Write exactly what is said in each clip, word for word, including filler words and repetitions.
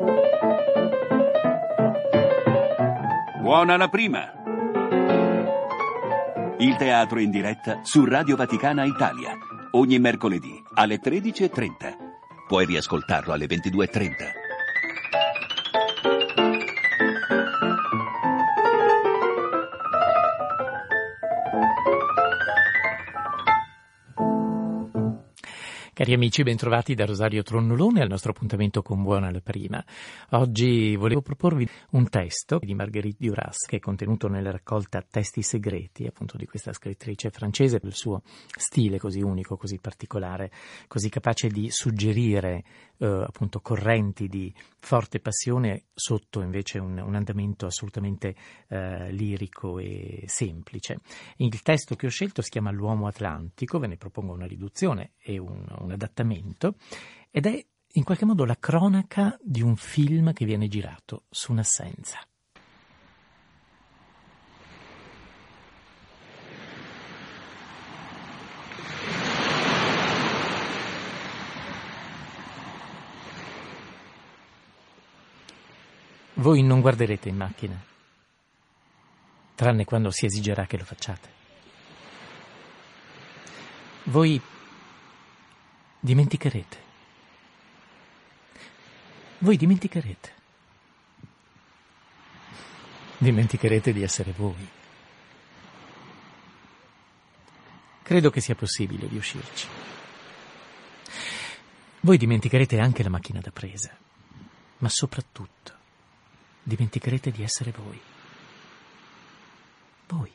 Buona la prima! Il teatro in diretta su Radio Vaticana Italia, ogni mercoledì alle tredici e trenta. Puoi riascoltarlo alle ventidue e trenta. Cari amici, bentrovati da Rosario Tronnolone al nostro appuntamento con Buona la prima. Oggi volevo proporvi un testo di Marguerite Duras che è contenuto nella raccolta Testi segreti, appunto di questa scrittrice francese, per il suo stile così unico, così particolare, così capace di suggerire eh, appunto correnti di forte passione sotto invece un, un andamento assolutamente eh, lirico e semplice. Il testo che ho scelto si chiama L'uomo atlantico, ve ne propongo una riduzione e un, un adattamento, ed è in qualche modo la cronaca di un film che viene girato su un'assenza. Voi non guarderete in macchina, tranne quando si esigerà che lo facciate. Voi dimenticherete. Voi dimenticherete. Dimenticherete di essere voi. Credo che sia possibile riuscirci. Voi dimenticherete anche la macchina da presa, ma soprattutto dimenticherete di essere voi. Voi.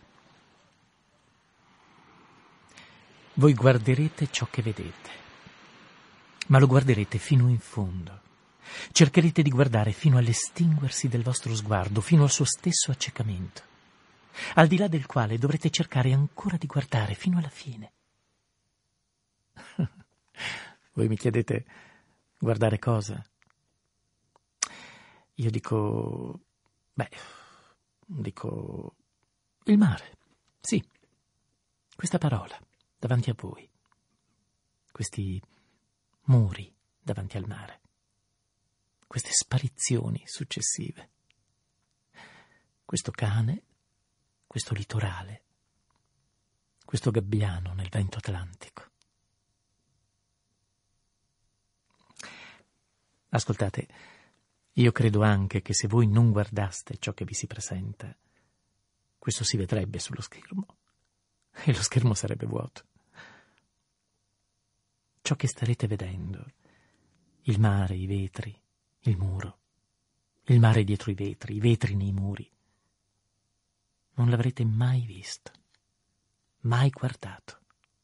Voi guarderete ciò che vedete, ma lo guarderete fino in fondo. Cercherete di guardare fino all'estinguersi del vostro sguardo, fino al suo stesso accecamento, al di là del quale dovrete cercare ancora di guardare fino alla fine. Voi mi chiedete guardare cosa? Io dico, beh, dico il mare, sì, questa parola davanti a voi, questi muri davanti al mare, queste sparizioni successive, questo cane, questo litorale, questo gabbiano nel vento atlantico. Ascoltate, io credo anche che se voi non guardaste ciò che vi si presenta, questo si vedrebbe sullo schermo e lo schermo sarebbe vuoto. Ciò che starete vedendo, il mare, i vetri, il muro, il mare dietro i vetri, i vetri nei muri, non l'avrete mai visto, mai guardato.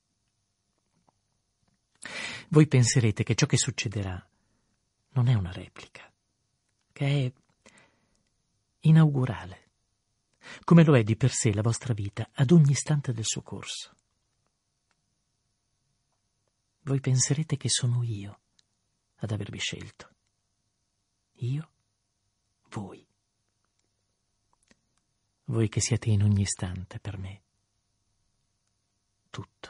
Voi penserete che ciò che succederà non è una replica, che è inaugurale, come lo è di per sé la vostra vita ad ogni istante del suo corso. Voi penserete che sono io ad avervi scelto. Io, voi. Voi che siete in ogni istante per me. Tutto.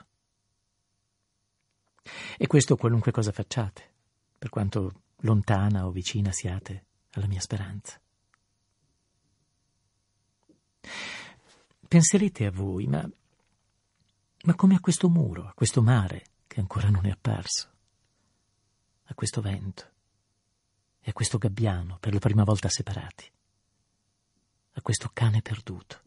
E questo qualunque cosa facciate, per quanto lontana o vicina siate alla mia speranza. Penserete a voi, ma, ma come a questo muro, a questo mare che ancora non è apparso, a questo vento e a questo gabbiano per la prima volta separati, a questo cane perduto.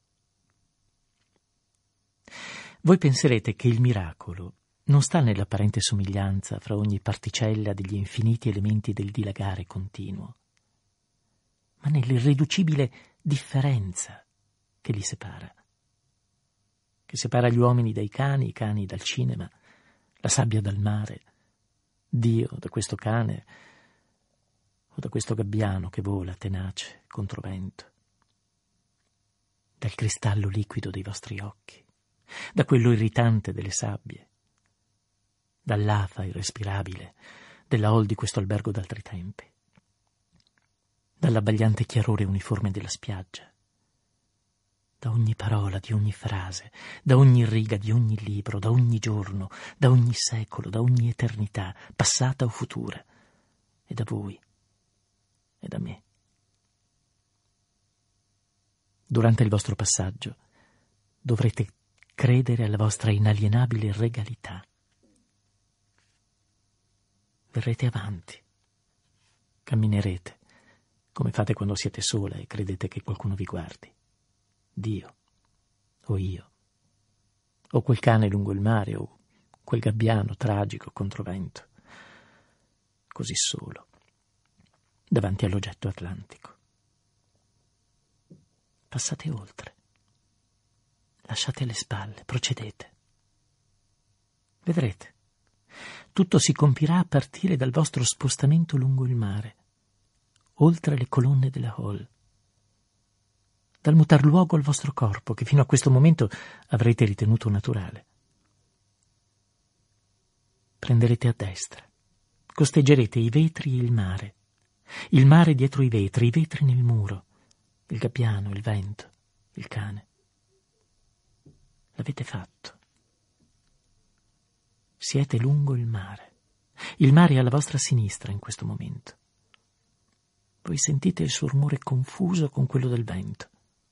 Voi penserete che il miracolo non sta nell'apparente somiglianza fra ogni particella degli infiniti elementi del dilagare continuo, ma nell'irriducibile differenza che li separa, che separa gli uomini dai cani, i cani dal cinema, la sabbia dal mare, Dio da questo cane o da questo gabbiano che vola tenace contro vento, dal cristallo liquido dei vostri occhi, da quello irritante delle sabbie, dall'afa irrespirabile della hall di questo albergo d'altri tempi, dall'abbagliante chiarore uniforme della spiaggia, da ogni parola, di ogni frase, da ogni riga di ogni libro, da ogni giorno, da ogni secolo, da ogni eternità, passata o futura, e da voi, e da me. Durante il vostro passaggio dovrete credere alla vostra inalienabile regalità. Verrete avanti, camminerete, come fate quando siete sola e credete che qualcuno vi guardi. Dio, o io, o quel cane lungo il mare, o quel gabbiano tragico contro vento, così solo, davanti all'oggetto atlantico. Passate oltre, lasciate alle spalle, procedete. Vedrete, tutto si compirà a partire dal vostro spostamento lungo il mare, oltre le colonne della Hall, dal mutar luogo al vostro corpo, che fino a questo momento avrete ritenuto naturale. Prenderete a destra, costeggerete i vetri e il mare, il mare dietro i vetri, i vetri nel muro, il gabbiano, il vento, il cane. L'avete fatto. Siete lungo il mare. Il mare è alla vostra sinistra in questo momento. Voi sentite il suo rumore confuso con quello del vento.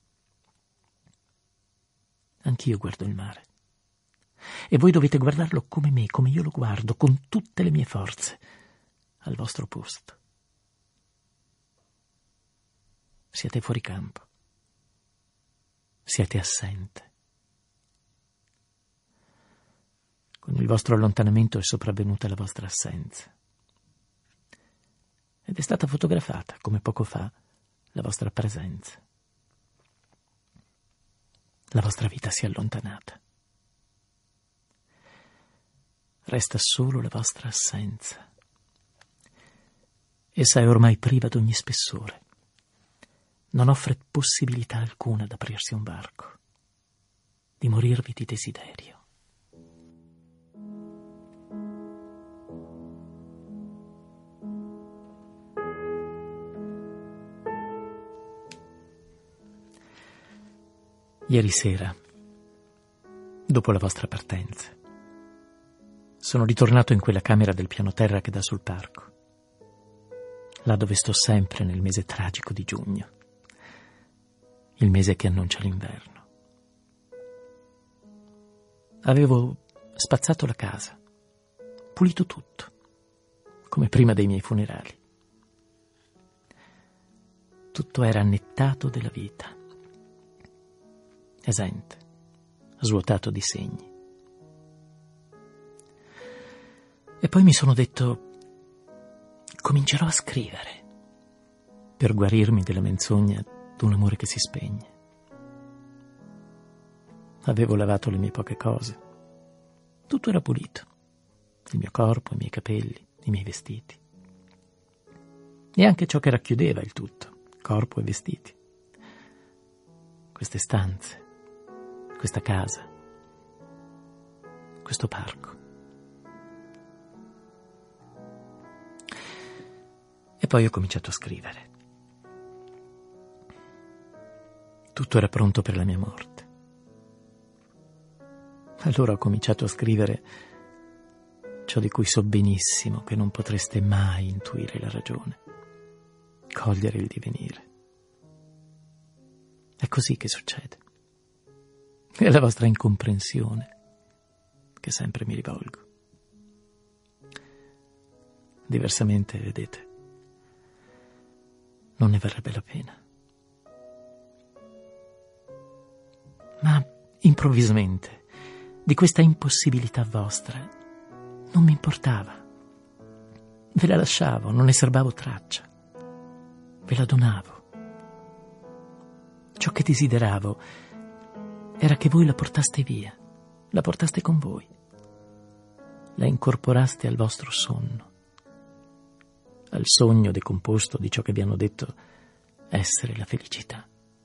Anch'io guardo il mare. E voi dovete guardarlo come me, come io lo guardo, con tutte le mie forze, al vostro posto. Siete fuori campo. Siete assente. Con il vostro allontanamento è sopravvenuta la vostra assenza. Ed è stata fotografata, come poco fa, la vostra presenza. La vostra vita si è allontanata. Resta solo la vostra assenza. Essa è ormai priva d'ogni spessore. Non offre possibilità alcuna d'aprirsi un varco, di morirvi di desiderio. Ieri sera, dopo la vostra partenza, sono ritornato in quella camera del piano terra che dà sul parco, là dove sto sempre nel mese tragico di giugno, il mese che annuncia l'inverno. Avevo spazzato la casa, pulito tutto, come prima dei miei funerali. Tutto era annettato della vita, esente, svuotato di segni. E poi mi sono detto, comincerò a scrivere, per guarirmi della menzogna d'un amore che si spegne. Avevo lavato le mie poche cose. Tutto era pulito. Il mio corpo, i miei capelli, i miei vestiti. E anche ciò che racchiudeva il tutto, corpo e vestiti. Queste stanze, questa casa, questo parco. E poi ho cominciato a scrivere. Tutto era pronto per la mia morte. Allora ho cominciato a scrivere ciò di cui so benissimo che non potreste mai intuire la ragione, cogliere il divenire. È così che succede. È la vostra incomprensione che sempre mi rivolgo. Diversamente, vedete, non ne varrebbe la pena. Ma improvvisamente, di questa impossibilità vostra, non mi importava. Ve la lasciavo, non ne serbavo traccia. Ve la donavo. Ciò che desideravo era che voi la portaste via, la portaste con voi, la incorporaste al vostro sonno, al sogno decomposto di ciò che vi hanno detto essere la felicità.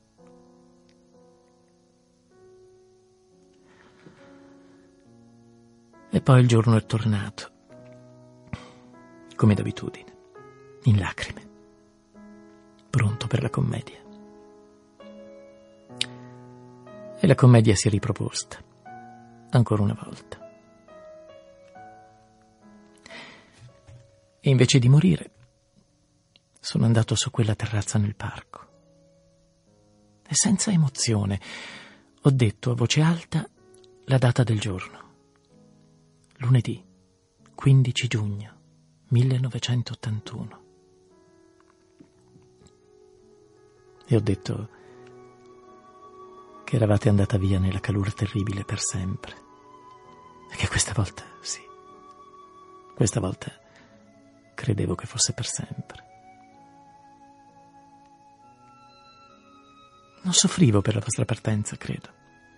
E poi il giorno è tornato, come d'abitudine, in lacrime, pronto per la commedia. E la commedia si è riproposta, ancora una volta. E invece di morire, sono andato su quella terrazza nel parco e senza emozione ho detto a voce alta la data del giorno. Lunedì, quindici giugno millenovecentottantuno. E ho detto che eravate andata via nella calura terribile per sempre. E che questa volta, sì, questa volta credevo che fosse per sempre. Non soffrivo per la vostra partenza, credo.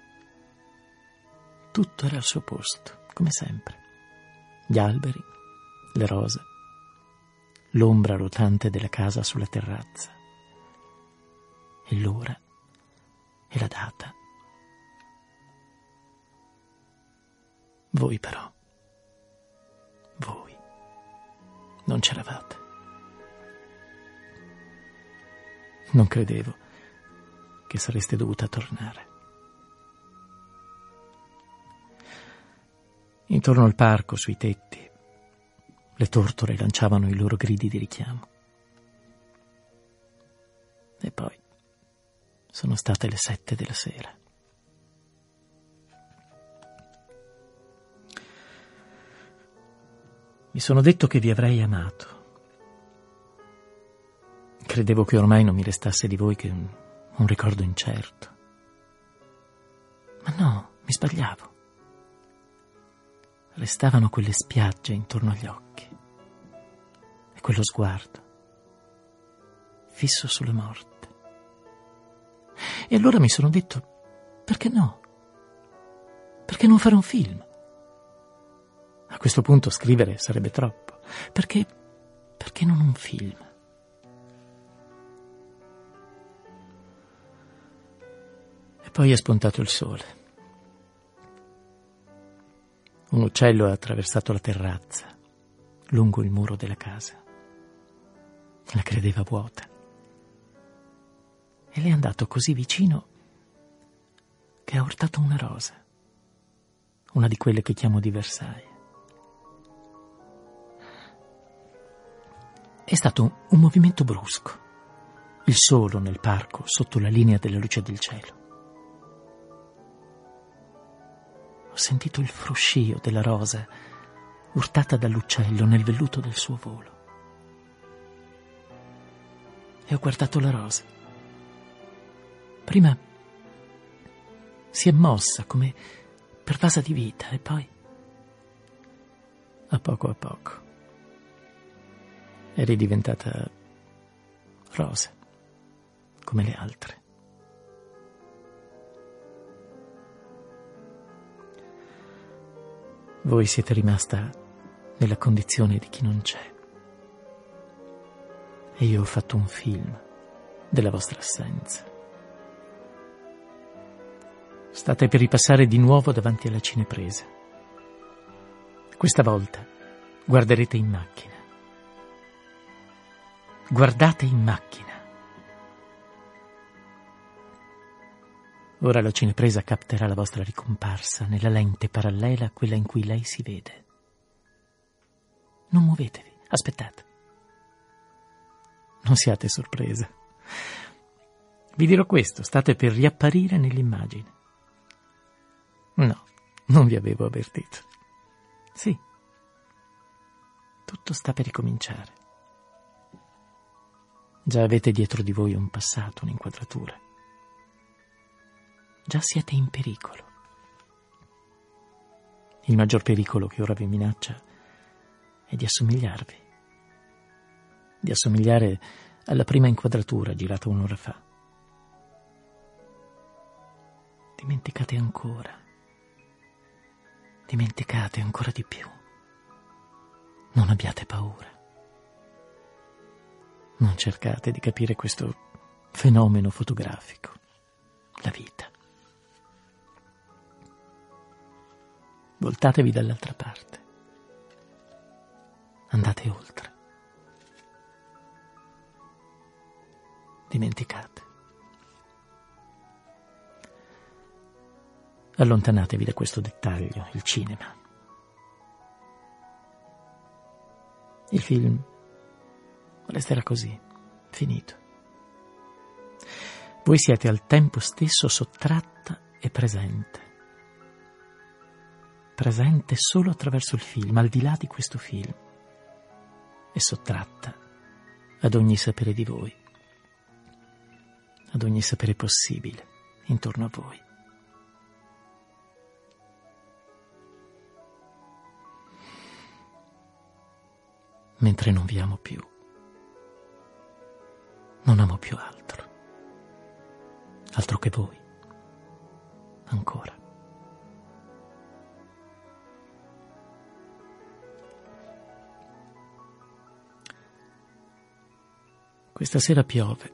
Tutto era al suo posto, come sempre. Gli alberi, le rose, l'ombra rotante della casa sulla terrazza, e l'ora e la data. Voi però, voi non c'eravate. Non credevo che sareste dovuta tornare. Intorno al parco, sui tetti, le tortore lanciavano i loro gridi di richiamo. E poi sono state le sette della sera. Mi sono detto che vi avrei amato. Credevo che ormai non mi restasse di voi che un, un ricordo incerto. Ma no, mi sbagliavo. Restavano quelle spiagge intorno agli occhi e quello sguardo fisso sulle morte. E allora mi sono detto, perché no? Perché non fare un film? A questo punto scrivere sarebbe troppo. Perché, perché non un film? E poi è spuntato il sole. Un uccello ha attraversato la terrazza, lungo il muro della casa. La credeva vuota. E le è andato così vicino che ha urtato una rosa, una di quelle che chiamo di Versailles. È stato un movimento brusco, il solo nel parco sotto la linea della luce del cielo. Ho sentito il fruscio della rosa urtata dall'uccello nel velluto del suo volo. E ho guardato la rosa. Prima si è mossa come pervasa di vita e poi, a poco a poco, è ridiventata rosa, come le altre. Voi siete rimasta nella condizione di chi non c'è. E io ho fatto un film della vostra assenza. State per ripassare di nuovo davanti alla cinepresa. Questa volta guarderete in macchina. Guardate in macchina. Ora la cinepresa capterà la vostra ricomparsa nella lente parallela a quella in cui lei si vede. Non muovetevi, aspettate. Non siate sorpresa. Vi dirò questo, state per riapparire nell'immagine. No, non vi avevo avvertito. Sì, tutto sta per ricominciare. Già avete dietro di voi un passato, un'inquadratura. Già siete in pericolo. Il maggior pericolo che ora vi minaccia è di assomigliarvi. Di assomigliare alla prima inquadratura girata un'ora fa. Dimenticate ancora. Dimenticate ancora di più. Non abbiate paura. Non cercate di capire questo fenomeno fotografico, la vita. Voltatevi dall'altra parte. Andate oltre. Dimenticate. Allontanatevi da questo dettaglio, il cinema. Il film resterà così, Finito. Voi siete al tempo stesso sottratta e presente. Presente solo attraverso il film, al di là di questo film. E sottratta ad ogni sapere di voi, ad ogni sapere possibile intorno a voi. Mentre non vi amo più, non amo più altro, altro che voi, ancora. Questa sera piove,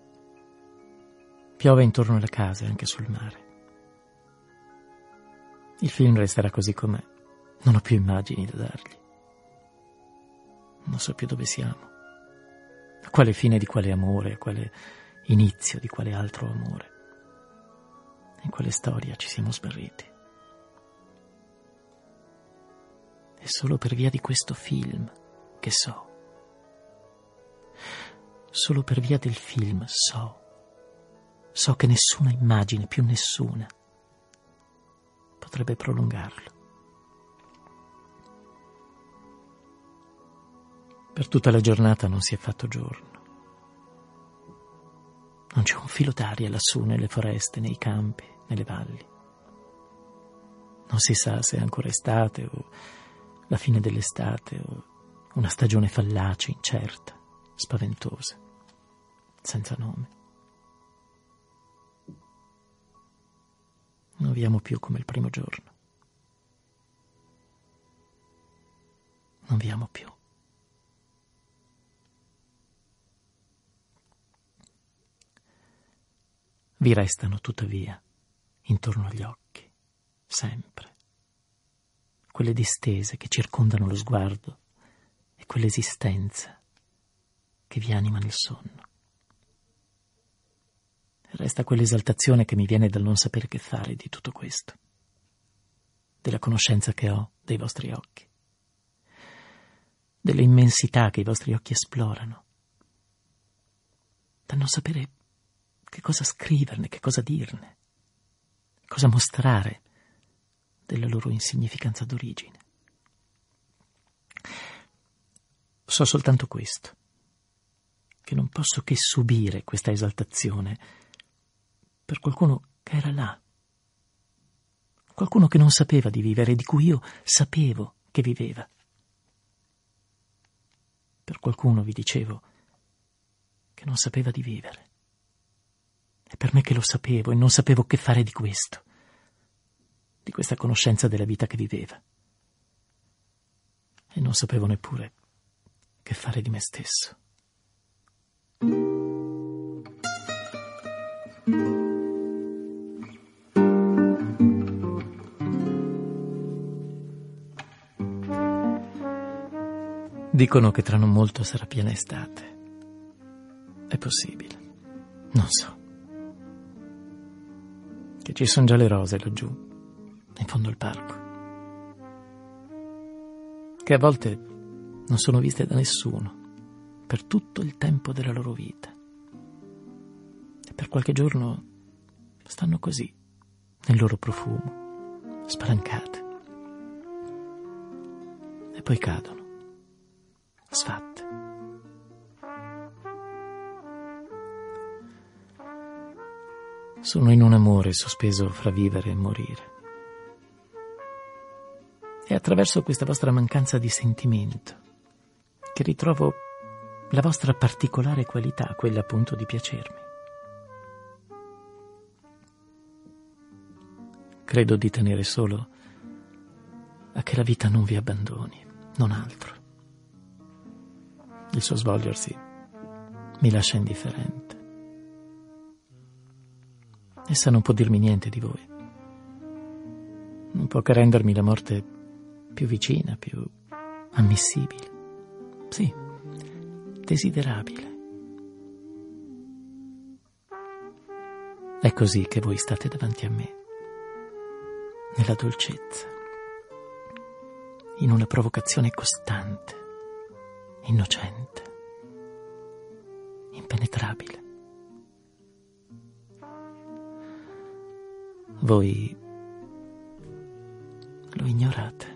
piove intorno alla casa e anche sul mare. Il film resterà così com'è, non ho più immagini da dargli. Non so più dove siamo, a quale fine di quale amore, a quale inizio di quale altro amore, in quale storia ci siamo smarriti. È solo per via di questo film che so, solo per via del film so, so che nessuna immagine, più nessuna, potrebbe prolungarlo. Per tutta la giornata non si è fatto giorno. Non c'è un filo d'aria lassù nelle foreste, nei campi, nelle valli. Non si sa se è ancora estate o la fine dell'estate o una stagione fallace, incerta, spaventosa, senza nome. Non viviamo più come il primo giorno. Non viviamo più. Vi restano tuttavia intorno agli occhi, sempre, quelle distese che circondano lo sguardo e quell'esistenza che vi anima nel sonno. Resta quell'esaltazione che mi viene dal non sapere che fare di tutto questo, della conoscenza che ho dei vostri occhi, delle immensità che i vostri occhi esplorano, dal non sapere che cosa scriverne, che cosa dirne, cosa mostrare della loro insignificanza d'origine. So soltanto questo, che non posso che subire questa esaltazione per qualcuno che era là, qualcuno che non sapeva di vivere e di cui io sapevo che viveva. Per qualcuno, vi dicevo, che non sapeva di vivere. E per me che lo sapevo e non sapevo che fare di questo, di questa conoscenza della vita che viveva. E non sapevo neppure che fare di me stesso. Dicono che tra non molto sarà piena estate. È possibile, non so. Che ci sono già le rose laggiù, in fondo al parco, che a volte non sono viste da nessuno per tutto il tempo della loro vita, e per qualche giorno stanno così, nel loro profumo, spalancate, e poi cadono, sfatte. Sono in un amore sospeso fra vivere e morire. È attraverso questa vostra mancanza di sentimento che ritrovo la vostra particolare qualità, quella appunto di piacermi. Credo di tenere solo a che la vita non vi abbandoni, non altro. Il suo svolgersi mi lascia indifferente. Essa non può dirmi niente di voi. Non può che rendermi la morte più vicina, più ammissibile. Sì, desiderabile. È così che voi state davanti a me, nella dolcezza, in una provocazione costante, innocente, voi lo ignorate.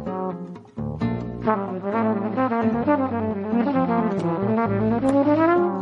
Thank you.